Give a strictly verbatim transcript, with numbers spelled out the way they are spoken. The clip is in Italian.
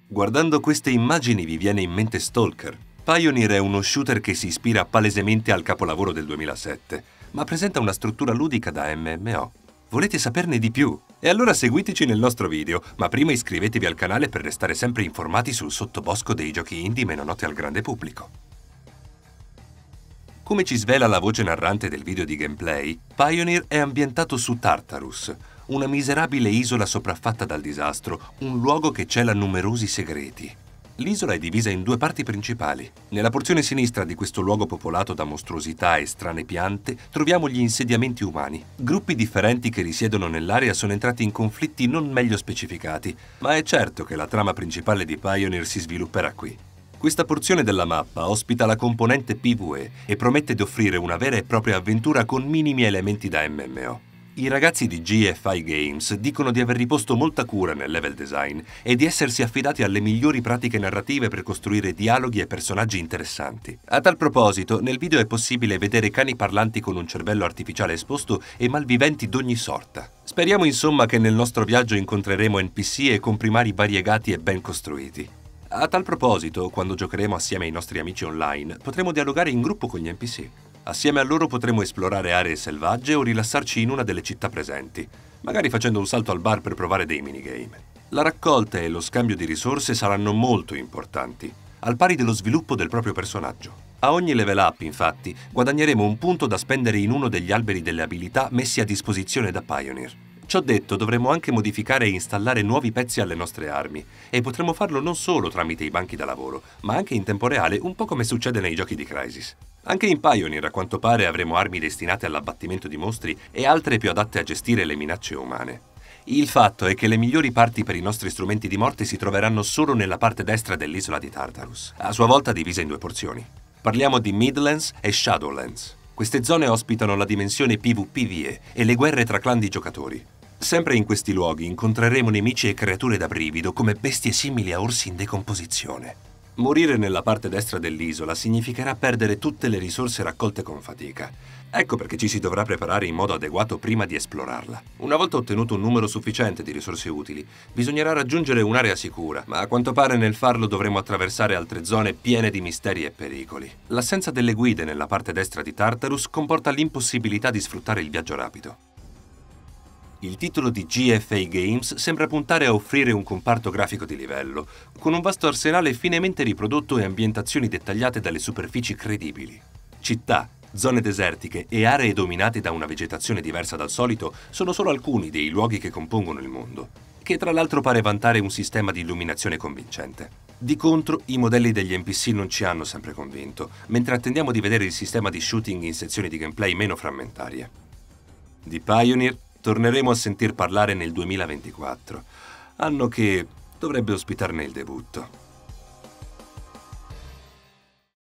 Guardando queste immagini vi viene in mente Stalker. Pioneer è uno shooter che si ispira palesemente al capolavoro del duemilasette, ma presenta una struttura ludica da M M O. Volete saperne di più? E allora seguiteci nel nostro video, ma prima iscrivetevi al canale per restare sempre informati sul sottobosco dei giochi indie meno noti al grande pubblico. Come ci svela la voce narrante del video di gameplay, Pioneer è ambientato su Tartarus, una miserabile isola sopraffatta dal disastro, un luogo che cela numerosi segreti. L'isola è divisa in due parti principali. Nella porzione sinistra di questo luogo popolato da mostruosità e strane piante troviamo gli insediamenti umani. Gruppi differenti che risiedono nell'area sono entrati in conflitti non meglio specificati, ma è certo che la trama principale di Pioneer si svilupperà qui. Questa porzione della mappa ospita la componente PvE e promette di offrire una vera e propria avventura con minimi elementi da M M O. I ragazzi di G F I Games dicono di aver riposto molta cura nel level design e di essersi affidati alle migliori pratiche narrative per costruire dialoghi e personaggi interessanti. A tal proposito, nel video è possibile vedere cani parlanti con un cervello artificiale esposto e malviventi d'ogni sorta. Speriamo insomma che nel nostro viaggio incontreremo N P C e comprimari variegati e ben costruiti. A tal proposito, quando giocheremo assieme ai nostri amici online, potremo dialogare in gruppo con gli N P C. Assieme a loro potremo esplorare aree selvagge o rilassarci in una delle città presenti, magari facendo un salto al bar per provare dei minigame. La raccolta e lo scambio di risorse saranno molto importanti, al pari dello sviluppo del proprio personaggio. A ogni level up, infatti, guadagneremo un punto da spendere in uno degli alberi delle abilità messi a disposizione da Pioneer. Ciò detto, dovremo anche modificare e installare nuovi pezzi alle nostre armi, e potremo farlo non solo tramite i banchi da lavoro, ma anche in tempo reale, un po' come succede nei giochi di Crysis. Anche in Pioneer, a quanto pare, avremo armi destinate all'abbattimento di mostri e altre più adatte a gestire le minacce umane. Il fatto è che le migliori parti per i nostri strumenti di morte si troveranno solo nella parte destra dell'isola di Tartarus, a sua volta divisa in due porzioni. Parliamo di Midlands e Shadowlands. Queste zone ospitano la dimensione PvPvE e le guerre tra clan di giocatori. Sempre in questi luoghi incontreremo nemici e creature da brivido come bestie simili a orsi in decomposizione. Morire nella parte destra dell'isola significherà perdere tutte le risorse raccolte con fatica. Ecco perché ci si dovrà preparare in modo adeguato prima di esplorarla. Una volta ottenuto un numero sufficiente di risorse utili, bisognerà raggiungere un'area sicura, ma a quanto pare nel farlo dovremo attraversare altre zone piene di misteri e pericoli. L'assenza delle guide nella parte destra di Tartarus comporta l'impossibilità di sfruttare il viaggio rapido. Il titolo di G F I Games sembra puntare a offrire un comparto grafico di livello, con un vasto arsenale finemente riprodotto e ambientazioni dettagliate dalle superfici credibili. Città, zone desertiche e aree dominate da una vegetazione diversa dal solito sono solo alcuni dei luoghi che compongono il mondo, che tra l'altro pare vantare un sistema di illuminazione convincente. Di contro, i modelli degli N P C non ci hanno sempre convinto, mentre attendiamo di vedere il sistema di shooting in sezioni di gameplay meno frammentarie. Di Pioneer torneremo a sentir parlare nel duemilaventiquattro, anno che dovrebbe ospitarne il debutto.